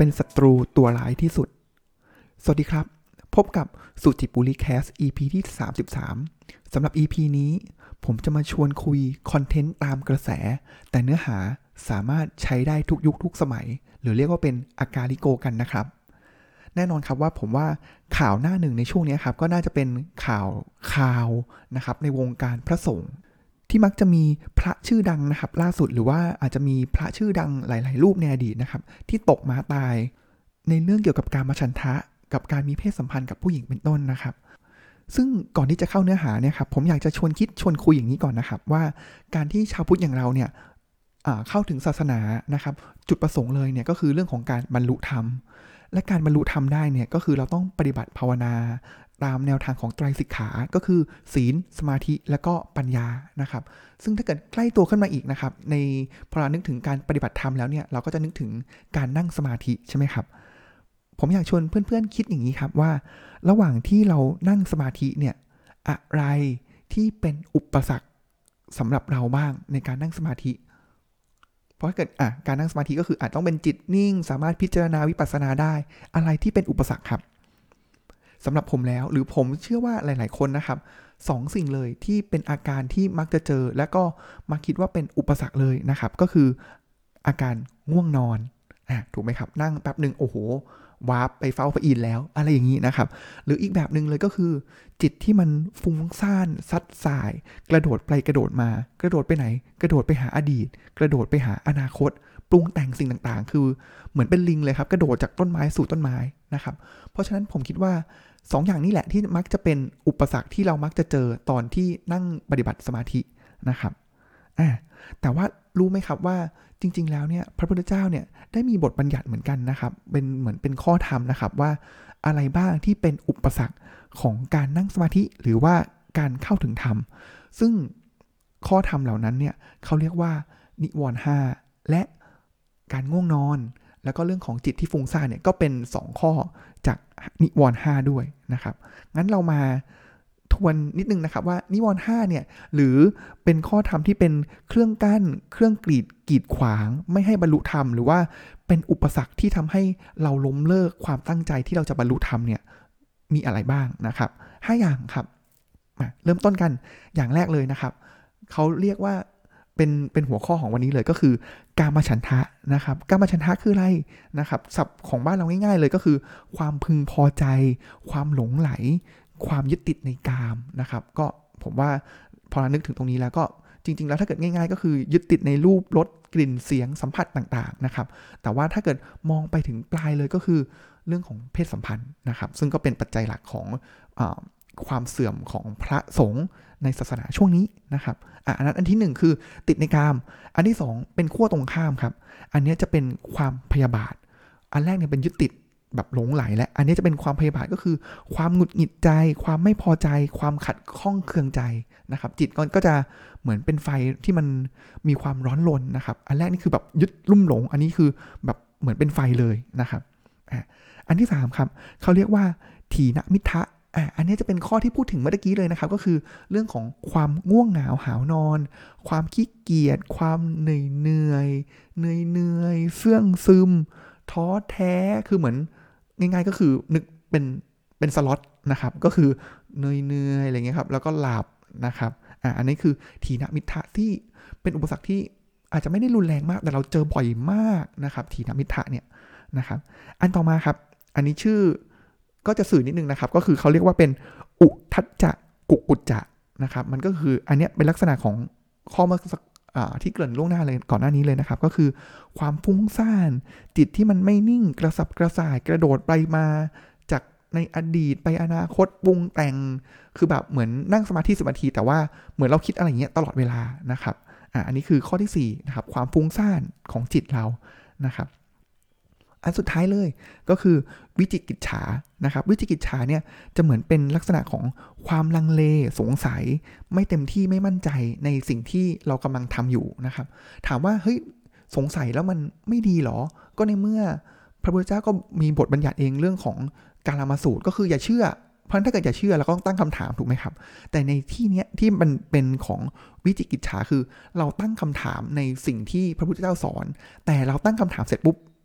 เป็นศัตรูตัวร้ายที่สุดสวัสดีครับพบกับสุจิปุริแคส EP ที่33สำหรับ EP นี้ผมจะมาชวนคุยคอนเทนต์ตามกระแสแต่เนื้อหาสามารถใช้ได้ทุกยุคทุกสมัยหรือเรียกว่าเป็นอากาลิโกกันนะครับแน่นอนครับว่าผมว่าข่าวหน้าหนึ่งในช่วงนี้ครับก็น่าจะเป็นข่าวนะครับในวงการพระสงฆ์ที่มักจะมีพระชื่อดังนะครับล่าสุดหรือว่าอาจจะมีพระชื่อดังหลายๆรูปในอดีตนะครับที่ตกม้าตายในเรื่องเกี่ยวกับการมฉันทะกับการมีเพศสัมพันธ์กับผู้หญิงเป็นต้นนะครับซึ่งก่อนที่จะเข้าเนื้อหาเนี่ยครับผมอยากจะชวนคุยอย่างนี้ก่อนนะครับว่าการที่ชาวพุทธอย่างเราเนี่ยเข้าถึงศาสนานะครับจุดประสงค์เลยเนี่ยก็คือเรื่องของการบรรลุธรรมและการบรรลุธรรมได้เนี่ยก็คือเราต้องปฏิบัติภาวนาตามแนวทางของไตรสิกขาก็คือศีลสมาธิและก็ปัญญานะครับซึ่งถ้าเกิดใกล้ตัวขึ้นมาอีกนะครับในพอเรานึกถึงการปฏิบัติธรรมแล้วเนี่ยเราก็จะนึกถึงการนั่งสมาธิใช่ไหมครับผมอยากชวนเพื่อนๆคิดอย่างนี้ครับว่าระหว่างที่เรานั่งสมาธิเนี่ยอะไรที่เป็นอุปสรรคสำหรับเราบ้างในการนั่งสมาธิเพราะถ้าเกิดการนั่งสมาธิก็คืออาจต้องเป็นจิตนิ่งสามารถพิจารณาวิปัสสนาได้อะไรที่เป็นอุปสรรคครับสำหรับผมแล้วหรือผมเชื่อว่าหลายๆคนนะครับ2 สิ่งเลยที่เป็นอาการที่มักจะเจอและก็มักคิดว่าเป็นอุปสรรคเลยนะครับก็คืออาการง่วงนอนถูกไหมครับนั่งแป๊บนึงโอ้โหวาร์ปไปเฝ้าพระอินทร์แล้วอะไรอย่างนี้นะครับหรืออีกแบบนึงเลยก็คือจิตที่มันฟุ้งซ่านซัดสายกระโดดไปกระโดดมากระโดดไปไหนกระโดดไปหาอดีตกระโดดไปหาอนาคตปรุงแต่งสิ่งต่างๆคือเหมือนเป็นลิงเลยครับกระโดดจากต้นไม้สู่ต้นไม้นะครับเพราะฉะนั้นผมคิดว่า2 อย่างนี้แหละที่มักจะเป็นอุปสรรคที่เรามักจะเจอตอนที่นั่งปฏิบัติสมาธินะครับแต่ว่ารู้ไหมครับว่าจริงๆแล้วเนี่ยพระพุทธเจ้าเนี่ยได้มีบทบัญญัติเหมือนกันนะครับเป็นเหมือนเป็นข้อธรรมนะครับว่าอะไรบ้างที่เป็นอุปสรรคของการนั่งสมาธิหรือว่าการเข้าถึงธรรมซึ่งข้อธรรมเหล่านั้นเนี่ยเขาเรียกว่านิวรณ์5และการง่วงนอนแล้วก็เรื่องของจิตที่ฟุ้งซ่านเนี่ยก็เป็น2ข้อจากนิวรณ์5ด้วยนะครับงั้นเรามาทวนนิดนึงนะครับว่านิวรณ์5เนี่ยหรือเป็นข้อธรรมที่เป็นเครื่องกั้นเครื่องกีดขวางไม่ให้บรรลุธรรมหรือว่าเป็นอุปสรรคที่ทำให้เราล้มเลิกความตั้งใจที่เราจะบรรลุธรรมเนี่ยมีอะไรบ้างนะครับ5 อย่างครับเริ่มต้นกันอย่างแรกเลยนะครับเขาเรียกว่าเป็นหัวข้อของวันนี้เลยก็คือกามฉันทะนะครับกามฉันทะคืออะไรนะครับศัพท์ของบ้านเราง่ายๆเลยก็คือความพึงพอใจความหลงไหลความยึดติดในกามนะครับก็ผมว่าพอนึกถึงตรงนี้แล้วก็จริงๆแล้วถ้าเกิดง่ายๆก็คือยึดติดในรูปรสกลิ่นเสียงสัมผัสต่างๆนะครับแต่ว่าถ้าเกิดมองไปถึงปลายเลยก็คือเรื่องของเพศสัมพันธ์นะครับซึ่งก็เป็นปัจจัยหลักของความเสื่อมของพระสงฆ์ในศาสนาช่วงนี้นะครับอันนั้นอันที่1คือติดในกามอันที่2เป็นขั้วตรงข้ามครับอันนี้จะเป็นความพยาบาทอันแรกเนี่ยเป็นยึดติดแบบหลงไหลและอันนี้จะเป็นความพยาบาทก็คือความหงุดหงิดใจความไม่พอใจความขัดข้องเคืองใจนะครับจิตก็จะเหมือนเป็นไฟที่มันมีความร้อนรนนะครับอันแรกนี่คือแบบยึดลุ่มหลงอันนี้คือแบบเหมือนเป็นไฟเลยนะครับอันที่3ครับเขาเรียกว่าถีนมิทะอันนี้จะเป็นข้อที่พูดถึงเมื่อกี้เลยนะครับก็คือเรื่องของความง่วงเหงาหาวนอนความขี้เกียจความเหนื่อยเสื่องซึมท้อแท้คือเหมือนง่ายๆก็คือนึกเป็นสล็อตนะครับก็คือเหนื่อยอะไรเงี้ยครับแล้วก็หลับนะครับอันนี้คือถีนมิทะที่เป็นอุปสรรคที่อาจจะไม่ได้รุนแรงมากแต่เราเจอบ่อยมากนะครับถีนมิทะเนี่ยนะครับอันต่อมาครับอันนี้ชื่อก็จะสื่อนิดนึงนะครับก็คือเขาเรียกว่าเป็นอุทัจจะกุกุจจะนะครับมันก็คืออันนี้เป็นลักษณะของข้อที่เกริ่นล่วงหน้าเลยก่อนหน้านี้เลยนะครับก็คือความฟุ้งซ่านจิตที่มันไม่นิ่งกระสับกระส่ายกระโดดไปมาจากในอดีตไปอนาคตปรุงแต่งคือแบบเหมือนนั่งสมาธิ10 นาทีแต่ว่าเหมือนเราคิดอะไรเงี้ยตลอดเวลานะครับอันนี้คือข้อที่4นะครับความฟุ้งซ่านของจิตเรานะครับอันสุดท้ายเลยก็คือวิจิกิจฉานะครับวิจิกิจฉาเนี่ยจะเหมือนเป็นลักษณะของความลังเลสงสัยไม่เต็มที่ไม่มั่นใจในสิ่งที่เรากำลังทำอยู่นะครับถามว่าเฮ้ยสงสัยแล้วมันไม่ดีหรอก็ในเมื่อพระพุทธเจ้าก็มีบทบัญญัติเองเรื่องของกาลามสูตรก็คืออย่าเชื่อเพราะถ้าเกิดอย่าเชื่อเราก็ต้องตั้งคำถามถูกไหมครับแต่ในที่เนี้ยที่มันเป็นของวิจิกิจฉาคือเราตั้งคำถามในสิ่งที่พระพุทธเจ้าสอนแต่เราตั้งคำถามเสร็จปุ๊บ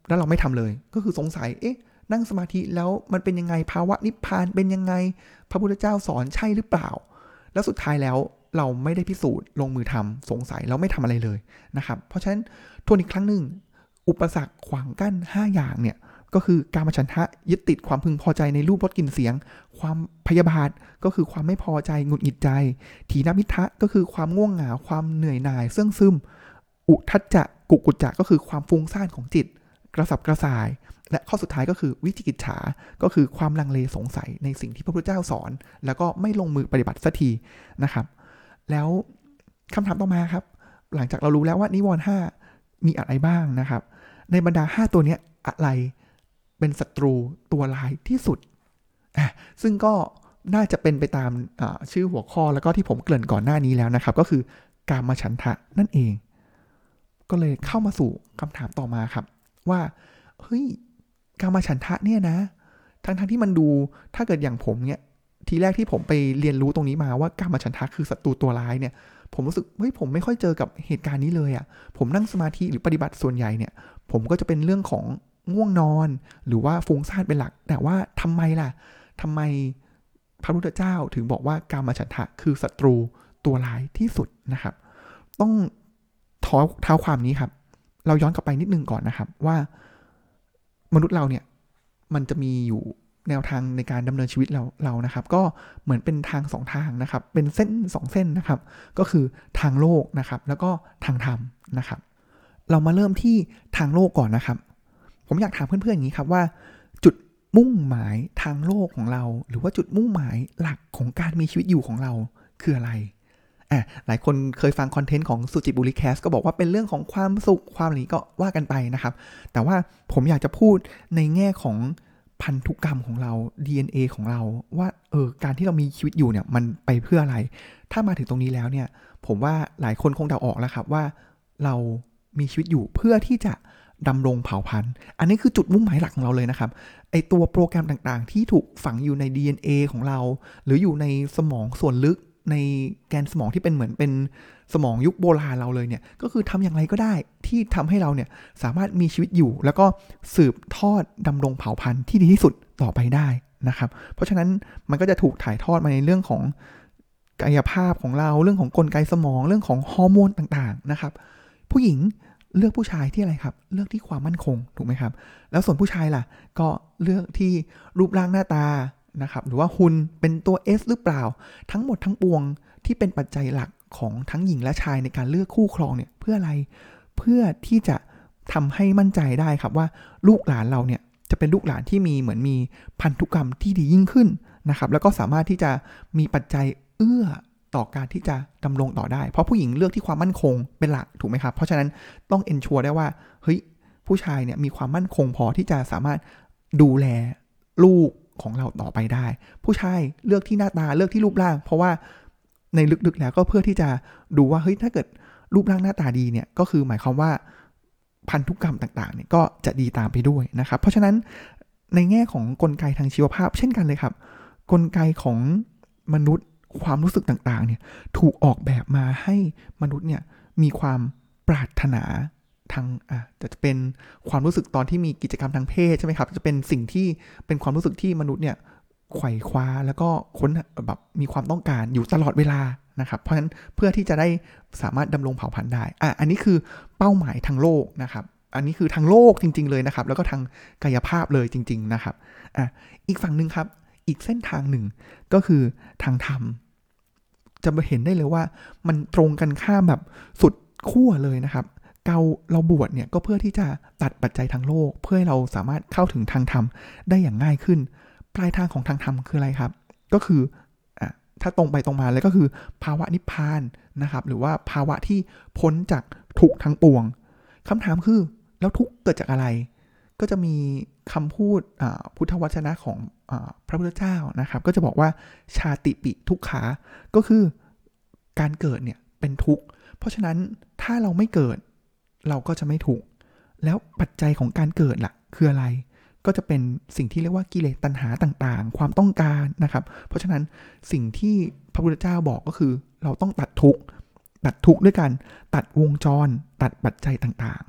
แล้วเราไม่ทำเลยก็คือสงสัยนั่งสมาธิแล้วมันเป็นยังไงภาวะนิพพานเป็นยังไงพระพุทธเจ้าสอนใช่หรือเปล่าแล้วสุดท้ายแล้วเราไม่ได้พิสูจน์ลงมือทำสงสัยแล้วไม่ทำอะไรเลยนะครับเพราะฉะนั้นทวนอีกครั้งหนึ่งอุปสรรคขวางกั้น5อย่างเนี่ยก็คือกามฉันทะยึดติดความพึงพอใจในรูปรสกลิ่นเสียงความพยาบาทก็คือความไม่พอใจหงุดหงิดใจถีนมิทธะก็คือความง่วงเหงาความเหนื่อยหน่ายเสื่องซึมอุทัจจะกุกุจจะก็คือความฟุ้งซ่านของจิตกระสับกระส่ายและข้อสุดท้ายก็คือวิจิกิจฉาก็คือความลังเลสงสัยในสิ่งที่พระพุทธเจ้าสอนแล้วก็ไม่ลงมือปฏิบัติสักทีนะครับแล้วคำถามต่อมาครับหลังจากเรารู้แล้วว่านิวรณ์5มีอะไรบ้างนะครับในบรรดา5ตัวนี้อะไรเป็นศัตรูตัวร้ายที่สุดซึ่งก็น่าจะเป็นไปตามชื่อหัวข้อแล้วก็ที่ผมเกริ่นก่อนหน้านี้แล้วนะครับก็คือกามฉันทะนั่นเองก็เลยเข้ามาสู่คำถามต่อมาครับว่าเฮ้ยกามฉันทะเนี่ยนะทั้งที่มันดูถ้าเกิดอย่างผมเนี่ยทีแรกที่ผมไปเรียนรู้ตรงนี้มาว่ากามฉันทะคือศัตรูตัวร้ายเนี่ยผมรู้สึกเฮ้ยผมไม่ค่อยเจอกับเหตุการณ์นี้เลยผมนั่งสมาธิหรือปฏิบัติส่วนใหญ่เนี่ยผมก็จะเป็นเรื่องของง่วงนอนหรือว่าฟุ้งซ่านเป็นหลักแต่ว่าทำไมพระพุทธเจ้าถึงบอกว่ากามฉันทะคือศัตรูตัวร้ายที่สุดนะครับต้องเท้าความนี้ครับเราย้อนกลับไปนิดนึงก่อนนะครับว่ามนุษย์เราเนี่ยมันจะมีอยู่แนวทางในการดำเนินชีวิตเรานะครับก็เหมือนเป็นทาง2ทางนะครับเป็นเส้น2เส้นนะครับก็คือทางโลกนะครับแล้วก็ทางธรรมนะครับเรามาเริ่มที่ทางโลกก่อนนะครับผมอยากถามเพื่อนๆอย่างนี้ครับว่าจุดมุ่งหมายทางโลกของเราหรือว่าจุดมุ่งหมายหลักของการมีชีวิตอยู่ของเราคืออะไรหลายคนเคยฟังคอนเทนต์ของสุจิบุริแคสก็บอกว่าเป็นเรื่องของความสุขความอะไรก็ว่ากันไปนะครับแต่ว่าผมอยากจะพูดในแง่ของพันธุกรรมของเรา DNA ของเราว่าการที่เรามีชีวิตอยู่เนี่ยมันไปเพื่ออะไรถ้ามาถึงตรงนี้แล้วเนี่ยผมว่าหลายคนคงเดาออกแล้วครับว่าเรามีชีวิตอยู่เพื่อที่จะดำรงเผ่าพันธุ์อันนี้คือจุดมุ่งหมายหลักของเราเลยนะครับไอตัวโปรแกรมต่างๆที่ถูกฝังอยู่ใน DNA ของเราหรืออยู่ในสมองส่วนลึกในแกนสมองที่เป็นเหมือนเป็นสมองยุคโบราณเราเลยเนี่ยก็คือทำอย่างไรก็ได้ที่ทำให้เราเนี่ยสามารถมีชีวิตอยู่แล้วก็สืบทอดดำรงเผ่าพันธุ์ที่ดีที่สุดต่อไปได้นะครับเพราะฉะนั้นมันก็จะถูกถ่ายทอดมาในเรื่องของกายภาพของเราเรื่องของกลไกสมองเรื่องของฮอร์โมนต่างๆนะครับผู้หญิงเลือกผู้ชายที่อะไรครับเลือกที่ความมั่นคงถูกไหมครับแล้วส่วนผู้ชายล่ะก็เลือกที่รูปร่างหน้าตานะครับหรือว่าหุ่นเป็นตัว S หรือเปล่าทั้งหมดทั้งปวงที่เป็นปัจจัยหลักของทั้งหญิงและชายในการเลือกคู่ครองเนี่ยเพื่ออะไรเพื่อที่จะทำให้มั่นใจได้ครับว่าลูกหลานเราเนี่ยจะเป็นลูกหลานที่มีเหมือนมีพันธุกรรมที่ดียิ่งขึ้นนะครับแล้วก็สามารถที่จะมีปัจจัยเอื้อต่อการที่จะดำรงต่อได้เพราะผู้หญิงเลือกที่ความมั่นคงเป็นหลักถูกไหมครับเพราะฉะนั้นต้องเอนชัวร์ได้ว่าเฮ้ยผู้ชายเนี่ยมีความมั่นคงพอที่จะสามารถดูแลลูกของเราต่อไปได้ผู้ชายเลือกที่หน้าตาเลือกที่รูปร่างเพราะว่าในลึกๆแล้วก็เพื่อที่จะดูว่าเฮ้ยถ้าเกิดรูปร่างหน้าตาดีเนี่ยก็คือหมายความว่าพันธุกรรมต่างๆเนี่ยก็จะดีตามไปด้วยนะครับเพราะฉะนั้นในแง่ของกลไกทางชีวภาพเช่นกันเลยครับกลไกของมนุษย์ความรู้สึกต่างๆเนี่ยถูกออกแบบมาให้มนุษย์เนี่ยมีความปรารถนาทางจะเป็นความรู้สึกตอนที่มีกิจกรรมทางเพศใช่ไหมครับจะเป็นสิ่งที่เป็นความรู้สึกที่มนุษย์เนี่ยไขว่คว้าแล้วก็ค้นแบบมีความต้องการอยู่ตลอดเวลานะครับเพราะฉะนั้นเพื่อที่จะได้สามารถดำรงเผ่าพันธุ์ได้อันนี้คือเป้าหมายทางโลกนะครับอันนี้คือทางโลกจริงๆเลยนะครับแล้วก็ทางกายภาพเลยจริงๆนะครับอีกฝั่งนึงครับอีกเส้นทางหนึ่งก็คือทางธรรมจะเห็นได้เลยว่ามันตรงกันข้ามแบบสุดขั้วเลยนะครับเราบวชเนี่ยก็เพื่อที่จะตัดปัจจัยทางโลกเพื่อให้เราสามารถเข้าถึงทางธรรมได้อย่างง่ายขึ้นปลายทางของทางธรรมคืออะไรครับก็คือถ้าตรงไปตรงมาเลยก็คือภาวะนิพพานนะครับหรือว่าภาวะที่พ้นจากทุกข์ทั้งปวงคำถามคือแล้วทุกข์เกิดจากอะไรก็จะมีคำพูดพุทธวจนะของพระพุทธเจ้านะครับก็จะบอกว่าชาติปิทุกขาก็คือการเกิดเนี่ยเป็นทุกข์เพราะฉะนั้นถ้าเราไม่เกิดเราก็จะไม่ทุกข์แล้วปัจจัยของการเกิดล่ะคืออะไรก็จะเป็นสิ่งที่เรียกว่ากิเลสตัณหาต่างๆความต้องการนะครับเพราะฉะนั้นสิ่งที่พระพุทธเจ้าบอกก็คือเราต้องตัดทุกข์ด้วยการตัดวงจรตัดปัจจัยต่าง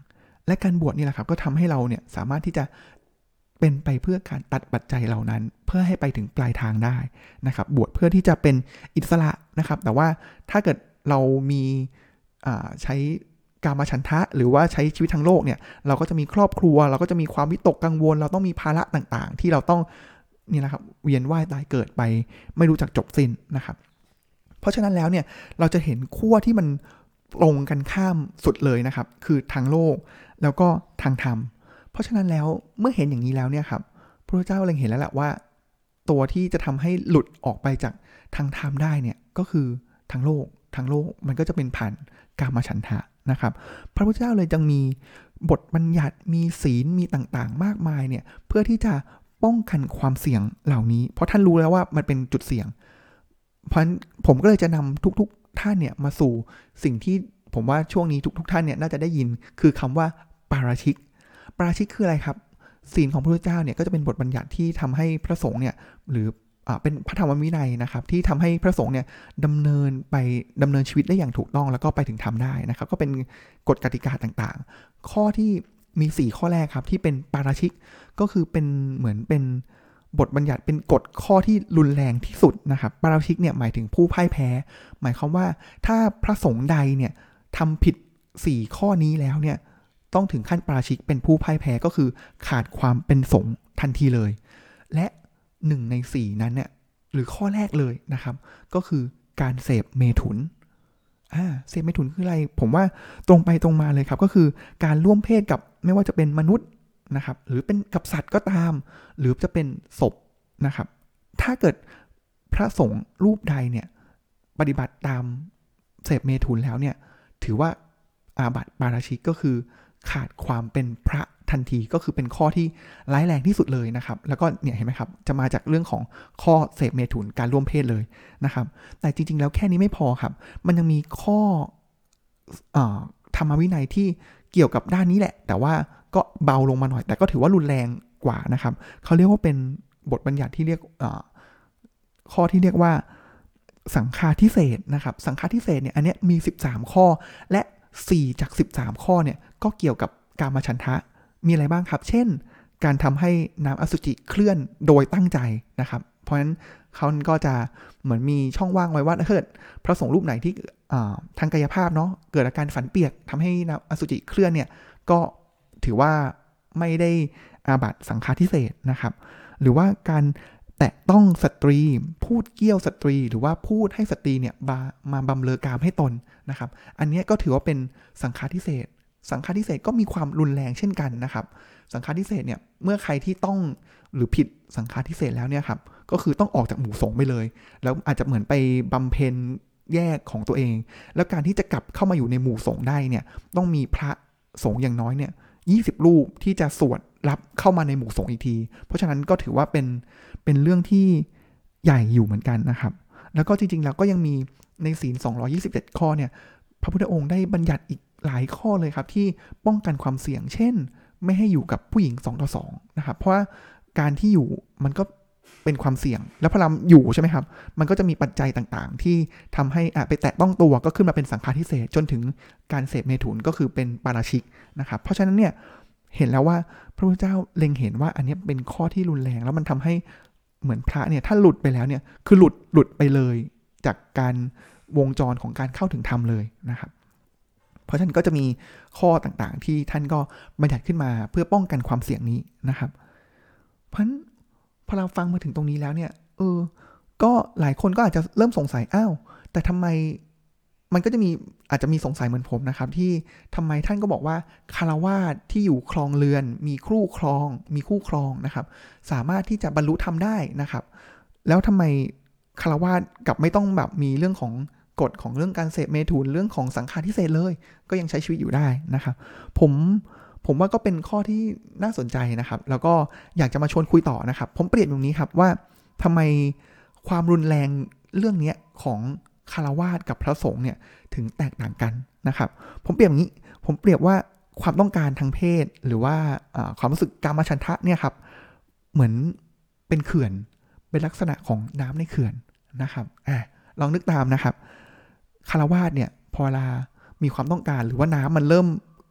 และการบวชนี่แหละครับก็ทำให้เราเนี่ยสามารถที่จะเป็นไปเพื่อการตัดปัจจัยเหล่านั้นเพื่อให้ไปถึงปลายทางได้นะครับบวชเพื่อที่จะเป็นอิสระนะครับแต่ว่าถ้าเกิดเรามีใช้กามฉันทะหรือว่าใช้ชีวิตทางโลกเนี่ยเราก็จะมีครอบครัวเราก็จะมีความวิตกกังวลเราต้องมีภาระต่างๆที่เราต้องนี่นะครับเวียนว่ายตายเกิดไปไม่รู้จักจบสิ้นนะครับเพราะฉะนั้นแล้วเนี่ยเราจะเห็นขั้วที่มันตรงกันข้ามสุดเลยนะครับคือทางโลกแล้วก็ทางธรรมเพราะฉะนั้นแล้วเมื่อเห็นอย่างนี้แล้วเนี่ยครับพระพุทธเจ้าเล็งเห็นแล้วแหละว่าตัวที่จะทำให้หลุดออกไปจากทางธรรมได้เนี่ยก็คือทางโลกมันก็จะเป็นผ่านกามฉันทะนะครับพระพุทธเจ้าเลยจึงมีบทบัญญัติมีศีลมีต่างๆมากมายเนี่ยเพื่อที่จะป้องกันความเสี่ยงเหล่านี้เพราะท่านรู้แล้วว่ามันเป็นจุดเสี่ยงเพราะฉะนั้นผมก็เลยจะนำทุกๆท่านเนี่ยมาสู่สิ่งที่ผมว่าช่วงนี้ทุกท่านเนี่ยน่าจะได้ยินคือคำว่าปาราชิกคืออะไรครับศีลของพระพุทธเจ้าเนี่ยก็จะเป็นบทบัญญัติที่ทำให้พระสงฆ์เนี่ยหรือเป็นพระธรรมวินัยนะครับที่ทำให้พระสงฆ์เนี่ยดำเนินชีวิตได้อย่างถูกต้องแล้วก็ไปถึงธรรมได้นะครับก็เป็นกฎกติกาต่างๆข้อที่มี4ข้อแรกครับที่เป็นปาราชิกก็คือเป็นเหมือนเป็นบทบัญญัติเป็นกฎข้อที่รุนแรงที่สุดนะครับปาราชิกเนี่ยหมายถึงผู้พ่ายแพ้หมายความว่าถ้าพระสงฆ์ใดเนี่ยทำผิด4ข้อนี้แล้วเนี่ยต้องถึงขั้นปาราชิกเป็นผู้พ่ายแพ้ก็คือขาดความเป็นสงฆ์ทันทีเลยและ1 ใน 4นั้นเนี่ยหรือข้อแรกเลยนะครับก็คือการเสพเมถุนเสพเมถุนคืออะไรผมว่าตรงไปตรงมาเลยครับก็คือการร่วมเพศกับไม่ว่าจะเป็นมนุษย์นะครับหรือเป็นกับสัตว์ก็ตามหรือจะเป็นศพนะครับถ้าเกิดพระสงฆ์รูปใดเนี่ยปฏิบัติตามเสพเมถุนแล้วเนี่ยถือว่าอาบัติปาราชิกก็คือขาดความเป็นพระทันทีก็คือเป็นข้อที่ร้ายแรงที่สุดเลยนะครับแล้วก็เนี่ยเห็นไหมครับจะมาจากเรื่องของข้อเสพเมถุนการร่วมเพศเลยนะครับแต่จริงๆแล้วแค่นี้ไม่พอครับมันยังมีข้อธรรมวินัยที่เกี่ยวกับด้านนี้แหละแต่ว่าก็เบาลงมาหน่อยแต่ก็ถือว่ารุนแรงกว่านะครับเขาเรียกว่าเป็นบทบัญญัติที่เรียกข้อที่เรียกว่าสังฆาทิเศษนะครับสังฆาทิเศษเนี่ยอันนี้มี13ข้อและ4จาก13ข้อเนี่ยก็เกี่ยวกับกามฉันทะมีอะไรบ้างครับเช่นการทำให้น้ำอสุจิเคลื่อนโดยตั้งใจนะครับเพราะฉะนั้นเขาก็จะเหมือนมีช่องว่างไว้ว่าถ้าเกิดพระสงฆ์รูปไหนที่ทางกายภาพเนาะเกิดอาการฝันเปียกทำให้น้ำอสุจิเคลื่อนเนี่ยก็ถือว่าไม่ได้อาบัติสังฆาทิเศษนะครับหรือว่าการแตะต้องสตรีพูดเกี่ยวสตรีหรือว่าพูดให้สตรีเนี่ยมาบำเรอกามให้ตนนะครับอันนี้ก็ถือว่าเป็นสังฆาทิเศษก็มีความรุนแรงเช่นกันนะครับสังฆาทิเศษเนี่ยเมื่อใครที่ต้องหรือผิดสังฆาทิเศษแล้วเนี่ยครับก็คือต้องออกจากหมู่สงฆ์ไปเลยแล้วอาจจะเหมือนไปบำเพ็ญแยกของตัวเองแล้วการที่จะกลับเข้ามาอยู่ในหมู่สงฆ์ได้เนี่ยต้องมีพระสงฆ์อย่างน้อยเนี่ย20 รูปที่จะสวดรับเข้ามาในหมู่สงฆ์อีกทีเพราะฉะนั้นก็ถือว่าเป็นเรื่องที่ใหญ่อยู่เหมือนกันนะครับแล้วก็จริงๆแล้วก็ยังมีในศีล227ข้อเนี่ยพระพุทธองค์ได้บัญญัติอีกหลายข้อเลยครับที่ป้องกันความเสี่ยงเช่นไม่ให้อยู่กับผู้หญิง2 ต่อ 2นะครับเพราะว่าการที่อยู่มันก็เป็นความเสี่ยงแล้วพอเราอยู่ใช่ไหมครับมันก็จะมีปัจจัยต่างๆที่ทำให้ไปแตะต้องตัวก็ขึ้นมาเป็นสังฆาทิเศษจนถึงการเสพเมถุนก็คือเป็นปาราชิกนะครับเพราะฉะนั้นเนี่ยเห็นแล้วว่าพระพุทธเจ้าเล็งเห็นว่าอันนี้เป็นข้อที่รุนแรงแล้วมันทำให้เหมือนพระเนี่ยถ้าหลุดไปแล้วเนี่ยคือหลุดไปเลยจากการวงจรของการเข้าถึงธรรมเลยนะครับเพราะฉะนั้นก็จะมีข้อต่างๆที่ท่านก็บัญญัติขึ้นมาเพื่อป้องกันความเสี่ยงนี้นะครับเพราะฉะนั้นพอเราฟังมาถึงตรงนี้แล้วเนี่ยก็หลายคนก็อาจจะเริ่มสงสัยแต่ทำไมมันก็จะมีอาจจะมีสงสัยเหมือนผมนะครับที่ทำไมท่านก็บอกว่าคฤหัสถ์ที่อยู่ครองเรือนมีคู่ครองนะครับสามารถที่จะบรรลุธรรมได้นะครับแล้วทำไมคฤหัสถ์กับไม่ต้องแบบมีเรื่องของกฎของเรื่องการเสพเมถุนเรื่องของสังฆาทิเศษเลยก็ยังใช้ชีวิตอยู่ได้นะครับผมว่าก็เป็นข้อที่น่าสนใจนะครับแล้วก็อยากจะมาชวนคุยต่อนะครับผมเปรียบตรงนี้ครับว่าทำไมความรุนแรงเรื่องนี้ของคฤหัสถ์กับพระสงฆ์เนี่ยถึงแตกต่างกันนะครับผมเปรียบอย่างนี้ผมเปรียบว่าความต้องการทางเพศหรือว่าความรู้สึกกามฉันทะเนี่ยครับเหมือนเป็นเขื่อนเป็นลักษณะของน้ำในเขื่อนนะครับลองนึกตามนะครับคฤหัสถ์เนี่ยพอเวลามีความต้องการหรือว่าน้ำมันเริ่ม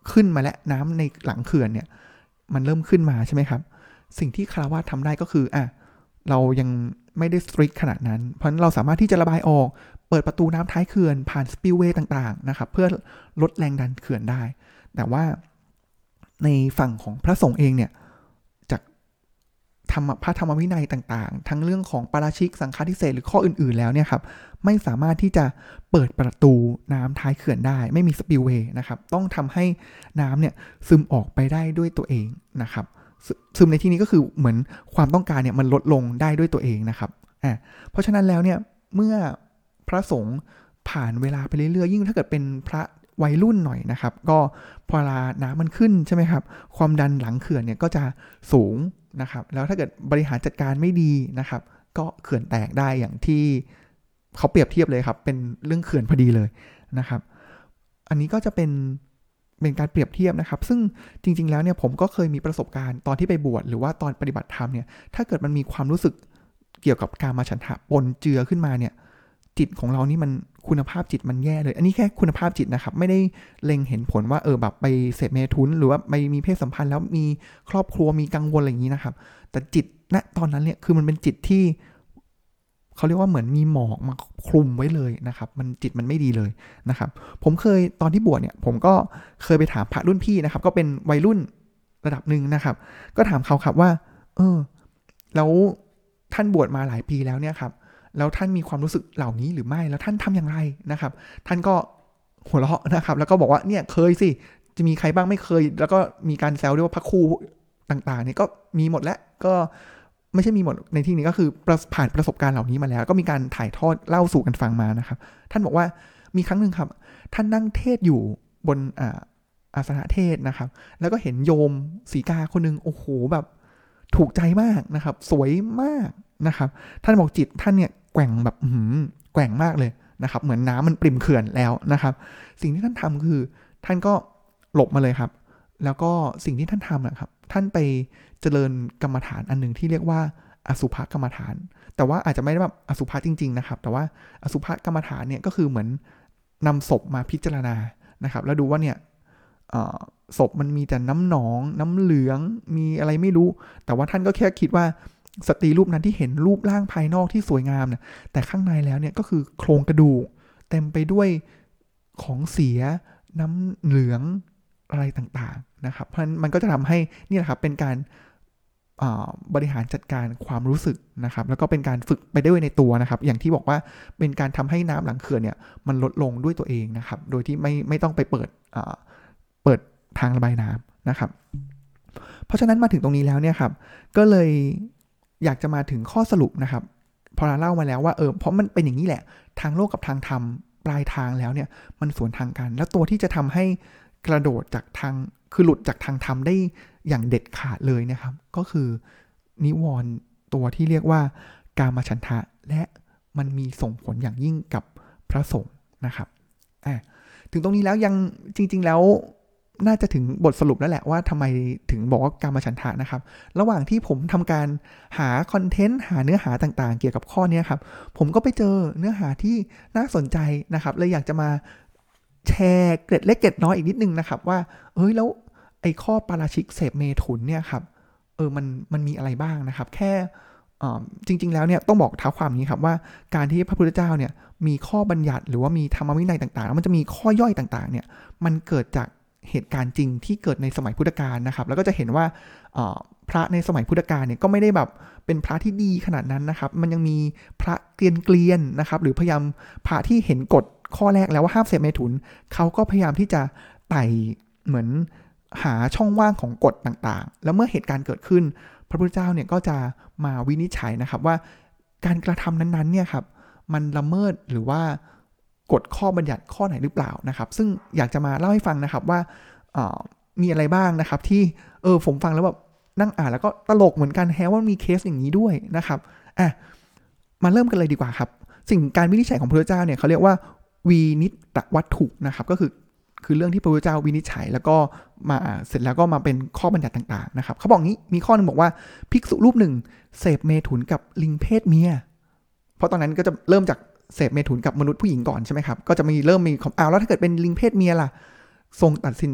ขึ้นมาและน้ำในหลังเขื่อนเนี่ยมันเริ่มขึ้นมาใช่ไหมครับสิ่งที่คฤหัสถ์ทำได้ก็คือเรายังไม่ได้สตริกขนาดนั้นเพราะฉะนั้นเราสามารถที่จะระบายออกเปิดประตูน้ำท้ายเขื่อนผ่านสปิลเวย์ต่างๆนะครับเพื่อลดแรงดันเขื่อนได้แต่ว่าในฝั่งของพระสงฆ์เองเนี่ยจากพระธรรมวินัยต่างๆทั้งเรื่องของปาราชิกสังฆาทิเศษหรือข้ออื่นๆแล้วเนี่ยครับไม่สามารถที่จะเปิดประตูน้ำท้ายเขื่อนได้ไม่มีสปิลเวย์นะครับต้องทำให้น้ำเนี่ยซึมออกไปได้ด้วยตัวเองนะครับซึมในที่นี้ก็คือเหมือนความต้องการเนี่ยมันลดลงได้ด้วยตัวเองนะครับเพราะฉะนั้นแล้วเนี่ยเมื่อพระสงฆ์ผ่านเวลาไปเรื่อยๆยิ่งถ้าเกิดเป็นพระวัยรุ่นหน่อยนะครับก็พอเวลาน้ำมันขึ้นใช่ไหมครับความดันหลังเขื่อนเนี่ยก็จะสูงนะครับแล้วถ้าเกิดบริหารจัดการไม่ดีนะครับก็เขื่อนแตกได้อย่างที่เขาเปรียบเทียบเลยครับเป็นเรื่องเขื่อนพอดีเลยนะครับอันนี้ก็จะเป็นการเปรียบเทียบนะครับซึ่งจริงๆแล้วเนี่ยผมก็เคยมีประสบการณ์ตอนที่ไปบวชหรือว่าตอนปฏิบัติธรรมเนี่ยถ้าเกิดมันมีความรู้สึกเกี่ยวกับกามฉันทะปนเจือขึ้นมาเนี่ยจิตของเรานี่มันคุณภาพจิตมันแย่เลยอันนี้แค่คุณภาพจิตนะครับไม่ได้เล็งเห็นผลว่าแบบไปเสพเมถุนหรือว่าไปมีเพศสัมพันธ์แล้วมีครอบครัวมีกังวลอะไรอย่างนี้นะครับแต่จิตณตอนนั้นเนี่ยคือมันเป็นจิตที่เขาเรียกว่าเหมือนมีหมอกมาคลุมไว้เลยนะครับมันจิตมันไม่ดีเลยนะครับผมเคยตอนที่บวชเนี่ยผมก็เคยไปถามพระรุ่นพี่นะครับก็เป็นวัยรุ่นระดับหนึ่งนะครับก็ถามเขาครับว่าแล้วท่านบวชมาหลายปีแล้วเนี่ยครับแล้วท่านมีความรู้สึกเหล่านี้หรือไม่แล้วท่านทำอย่างไรนะครับท่านก็หัวเราะนะครับแล้วก็บอกว่าเนี่ยเคยสิจะมีใครบ้างไม่เคยแล้วก็มีการแซวด้วยว่าพระครูต่างๆเนี่ยก็มีหมดแล้วก็ไม่ใช่มีหมดในที่นี้ก็คือผ่านประสบการณ์เหล่านี้มาแล้วก็มีการถ่ายทอดเล่าสู่กันฟังมานะครับท่านบอกว่ามีครั้งหนึ่งครับท่านนั่งเทศอยู่บนอาสนะเทศนะครับแล้วก็เห็นโยมสีกาคนนึงโอ้โหแบบถูกใจมากนะครับสวยมากนะครับท่านบอกจิตท่านเนี่ยแกว่งแบบแกว่งมากเลยนะครับเหมือนน้ำมันปริ่มเขื่อนแล้วนะครับสิ่งที่ท่านทำคือท่านก็หลบมาเลยครับแล้วก็สิ่งที่ท่านทำนะครับท่านไปเจริญกรรมฐานอันหนึ่งที่เรียกว่าอสุภกรรมฐานแต่ว่าอาจจะไม่ได้แบบอสุภะจริงๆนะครับแต่ว่าอสุภกรรมฐานเนี่ยก็คือเหมือนนำศพมาพิจารณานะครับแล้วดูว่าเนี่ยศพมันมีแต่น้ำหนองน้ำเหลืองมีอะไรไม่รู้แต่ว่าท่านก็แค่คิดว่าสตรีรูปนั้นที่เห็นรูปร่างภายนอกที่สวยงามเนี่ยแต่ข้างในแล้วเนี่ยก็คือโครงกระดูกเต็มไปด้วยของเสียน้ำเหลืองอะไรต่างๆนะครับเพราะฉะนั้นมันก็จะทำให้นี่แหละครับเป็นการบริหารจัดการความรู้สึกนะครับแล้วก็เป็นการฝึกไปด้วยในตัวนะครับอย่างที่บอกว่าเป็นการทำให้น้ำหลังเขื่อนเนี่ยมันลดลงด้วยตัวเองนะครับโดยที่ไม่ต้องไปเปิดทางระบายน้ำนะครับเพราะฉะนั้นมาถึงตรงนี้แล้วเนี่ยครับก็เลยอยากจะมาถึงข้อสรุปนะครับพอเราเล่ามาแล้วว่าเพราะมันเป็นอย่างนี้แหละทางโลกกับทางธรรมปลายทางแล้วเนี่ยมันสวนทางกันแล้วตัวที่จะทำให้กระโดดจากทางคือหลุดจากทางธรรมได้อย่างเด็ดขาดเลยนะครับก็คือนิวรณ์ตัวที่เรียกว่ากามฉันทะและมันมีส่งผลอย่างยิ่งกับพระสงฆ์นะครับถึงตรงนี้แล้วยังจริงๆแล้วน่าจะถึงบทสรุปแล้วแหละว่าทำไมถึงบอกว่ากามฉันทะนะครับระหว่างที่ผมทำการหาคอนเทนต์หาเนื้อหาต่างๆเกี่ยวกับข้อนี้ครับผมก็ไปเจอเนื้อหาที่น่าสนใจนะครับเลยอยากจะมาแชร์เกร็ดเล็กเกร็ดน้อยอีกนิดนึงนะครับว่าแล้วไอ้ข้อปาราชิกเสพเมถุนเนี่ยครับมันมีอะไรบ้างนะครับแค่จริงๆแล้วเนี่ยต้องบอกเท้าความนี้ครับว่าการที่พระพุทธเจ้าเนี่ยมีข้อบัญญัติหรือว่ามีธรรมวินัยต่างๆแล้วมันจะมีข้อย่อยต่างๆเนี่ยมันเกิดจากเหตุการณ์จริงที่เกิดในสมัยพุทธกาลนะครับแล้วก็จะเห็นว่าพระในสมัยพุทธกาลเนี่ยก็ไม่ได้แบบเป็นพระที่ดีขนาดนั้นนะครับมันยังมีพระเกลียนๆนะครับหรือพยายามพระที่เห็นกฎข้อแรกแล้วว่าห้ามเสพเมถุนเขาก็พยายามที่จะไต่เหมือนหาช่องว่างของกฎต่างๆแล้วเมื่อเหตุการณ์เกิดขึ้นพระพุทธเจ้าเนี่ยก็จะมาวินิจฉัยนะครับว่าการกระทำนั้นๆเนี่ยครับมันละเมิดหรือว่ากฎข้อบัญญัติข้อไหนหรือเปล่านะครับซึ่งอยากจะมาเล่าให้ฟังนะครับว่ามีอะไรบ้างนะครับที่ผมฟังแล้วแบบนั่งอ่านแล้วก็ตลกเหมือนกันแฮะว่ามีเคสอย่างนี้ด้วยนะครับมาเริ่มกันเลยดีกว่าครับสิ่งการวินิจฉัยของพระพุทธเจ้าเนี่ยเขาเรียกว่าวินิตวัตถุนะครับก็คือเรื่องที่พระพุทธเจ้าวินิจฉัยแล้วก็มาเสร็จแล้วก็มาเป็นข้อบัญญัติต่างๆนะครับเขาบอกงี้มีข้อนึงบอกว่าภิกษุรูปหนึ่งเสพเมถุนกับลิงเพศเมียเพราะตอนนั้นก็จะเริ่มจากเสพเมถุนกับมนุษย์ผู้หญิงก่อนใช่ไหมครับก็จะเริ่มมีแล้วถ้าเกิดเป็นลิงเพศเมียล่ะทรงตัดสิน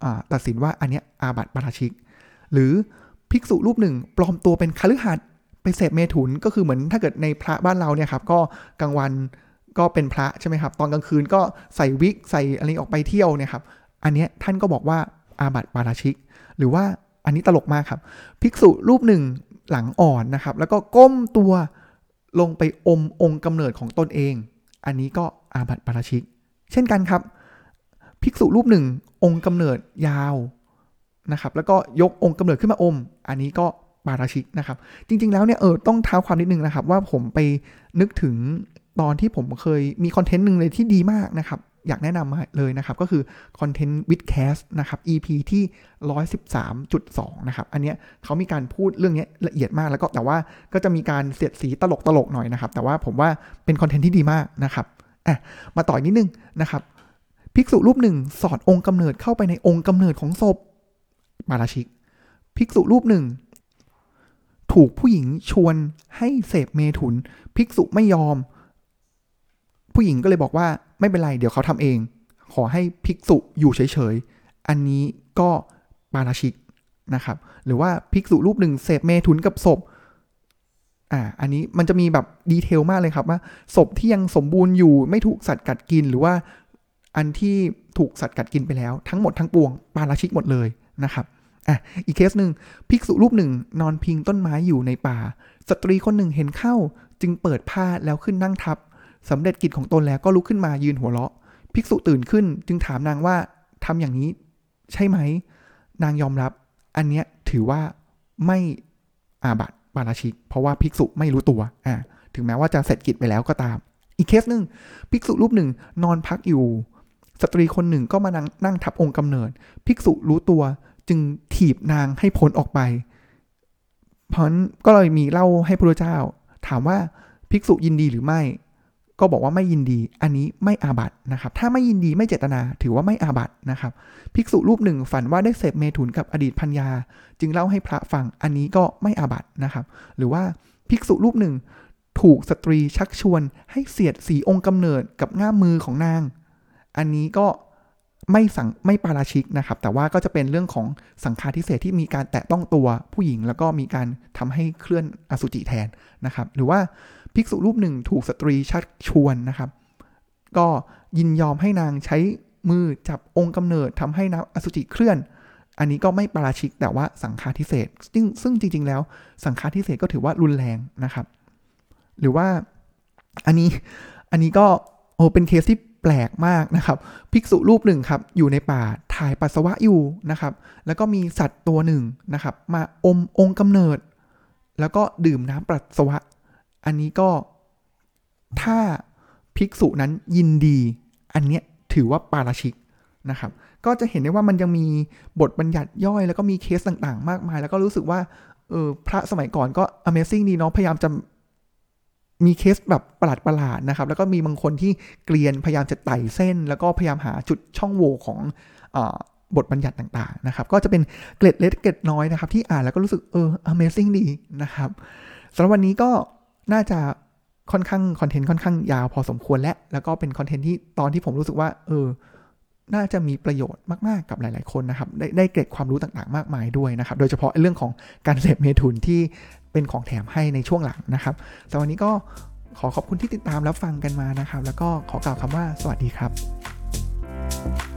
ตัดสินว่าอันเนี้ยอาบัติปาราชิกหรือภิกษุรูปหนึ่งปลอมตัวเป็นคฤหัสถ์ไปเสพเมถุนก็คือเหมือนถ้าเกิดในพระบ้านเราเนี่ยครับก็กลางวันก็เป็นพระใช่ไหมครับตอนกลางคืนก็ใส่วิกใส่อะไรออกไปเที่ยวเนี่ยครับอันเนี้ยท่านก็บอกว่าอาบัติปาราชิกหรือว่าอันนี้ตลกมากครับภิกษุรูปหนึ่งหลังอ่อนนะครับแล้วก็ก้มตัวลงไปอมองค์กำเนิดของตนเองอันนี้ก็อาบัติปาราชิกเช่นกันครับภิกษุรูปหนึ่งองค์กำเนิดยาวนะครับแล้วก็ยกองค์กำเนิดขึ้นมาอมอันนี้ก็ปาราชิกนะครับจริงๆแล้วเนี่ยต้องเท้าความนิดนึงนะครับว่าผมไปนึกถึงตอนที่ผมเคยมีคอนเทนต์หนึ่งเลยที่ดีมากนะครับอยากแนะนำมาเลยนะครับก็คือคอนเทนต์วิดแคสนะครับ EP ที่ 113.2 นะครับอันเนี้ยเขามีการพูดเรื่องนี้ละเอียดมากแล้วก็แต่ว่าก็จะมีการเสียดสีตลกหน่อยนะครับแต่ว่าผมว่าเป็นคอนเทนต์ที่ดีมากนะครับมาต่ออีกนิดนึงนะครับภิกษุรูปหนึ่งสอดองค์กำเนิดเข้าไปในองค์กำเนิดของศพปาราชิกภิกษุรูปหนึ่งถูกผู้หญิงชวนให้เสพเมถุนภิกษุไม่ยอมผู้หญิงก็เลยบอกว่าไม่เป็นไรเดี๋ยวเขาทำเองขอให้ภิกษุอยู่เฉยๆอันนี้ก็ปาราชิกนะครับหรือว่าภิกษุรูปหนึ่งเสพเมถุนกับศพอันนี้มันจะมีแบบดีเทลมากเลยครับว่าศพที่ยังสมบูรณ์อยู่ไม่ถูกสัตว์กัดกินหรือว่าอันที่ถูกสัตว์กัดกินไปแล้วทั้งหมดทั้งปวงปาราชิกหมดเลยนะครับอีกเคสหนึ่งภิกษุรูปหนึ่งนอนพิงต้นไม้อยู่ในป่าสตรีคนหนึ่งเห็นเข้าจึงเปิดผ้าแล้วขึ้นนั่งทับสำเร็จกิจของตนแล้วก็ลุกขึ้นมายืนหัวเราะภิกษุตื่นขึ้นจึงถามนางว่าทำอย่างนี้ใช่ไหมนางยอมรับอันเนี้ยถือว่าไม่อาบัติปาราชิกเพราะว่าภิกษุไม่รู้ตัวถึงแม้ว่าจะเสร็จกิจไปแล้วก็ตามอีกเคสหนึ่งภิกษุรูปหนึ่งนอนพักอยู่สตรีคนหนึ่งก็มานั่งทับองค์กำเนิดภิกษุรู้ตัวจึงถีบนางให้พ้นออกไปเพราะนั้นก็เลยมีเล่าให้พระพุทธเจ้าถามว่าภิกษุยินดีหรือไม่ก็บอกว่าไม่ยินดีอันนี้ไม่อาบัตินะครับถ้าไม่ยินดีไม่เจตนาถือว่าไม่อาบัตินะครับภิกษุรูปหนึ่งฝันว่าได้เสพเมถุนกับอดีตภรรยาจึงเล่าให้พระฟังอันนี้ก็ไม่อาบัตินะครับหรือว่าภิกษุรูปหนึ่งถูกสตรีชักชวนให้เสียดสีองค์กำเนิดกับง่ามมือของนางอันนี้ก็ไม่ปาราชิกนะครับแต่ว่าก็จะเป็นเรื่องของสังฆาทิเศษที่มีการแตะต้องตัวผู้หญิงแล้วก็มีการทำให้เคลื่อนอสุจิแทนนะครับหรือว่าภิกษุรูปหนึ่งถูกสตรีชักชวนนะครับก็ยินยอมให้นางใช้มือจับองค์กำเนิดทำให้น้ำอสุจิเคลื่อนอันนี้ก็ไม่ปาราชิกแต่ว่าสังฆาทิเศษซึ่งจริงๆแล้วสังฆาทิเศษก็ถือว่ารุนแรงนะครับหรือว่าอันนี้ก็เป็นเคสที่แปลกมากนะครับภิกษุรูปหนึ่งครับอยู่ในป่าถ่ายปัสสาวะอยู่นะครับแล้วก็มีสัตว์ตัวหนึ่งนะครับมาอมองค์กำเนิดแล้วก็ดื่มน้ำปัสสาวะอันนี้ก็ถ้าภิกษุนั้นยินดีอันเนี้ยถือว่าปาราชิกนะครับก็จะเห็นได้ว่ามันยังมีบทบัญญัติย่อยแล้วก็มีเคสต่างๆมากมายแล้วก็รู้สึกว่าพระสมัยก่อนก็ Amazing ดีเนาะพยายามจะมีเคสแบบประหลาดนะครับแล้วก็มีบางคนที่เกลียนพยายามจะไต่เส้นแล้วก็พยายามหาจุดช่องโหว่ของบทบัญญัติต่างๆนะครับก็จะเป็นเกร็ดเล็กเกร็ดน้อยนะครับที่อ่านแล้วก็รู้สึกAmazing ดีนะครับสำหรับวันนี้ก็น่าจะคอนเทนต์ค่อนข้างยาวพอสมควรแล้วก็เป็นคอนเทนต์ที่ตอนที่ผมรู้สึกว่าน่าจะมีประโยชน์มากๆกับหลายๆคนนะครับได้เกร็ดความรู้ต่างๆมากมายด้วยนะครับโดยเฉพาะเรื่องของการเสพเมถุนที่เป็นของแถมให้ในช่วงหลังนะครับสำหรับวันนี้ก็ขอขอบคุณที่ติดตามรับฟังกันมานะครับแล้วก็ขอกล่าวคำว่าสวัสดีครับ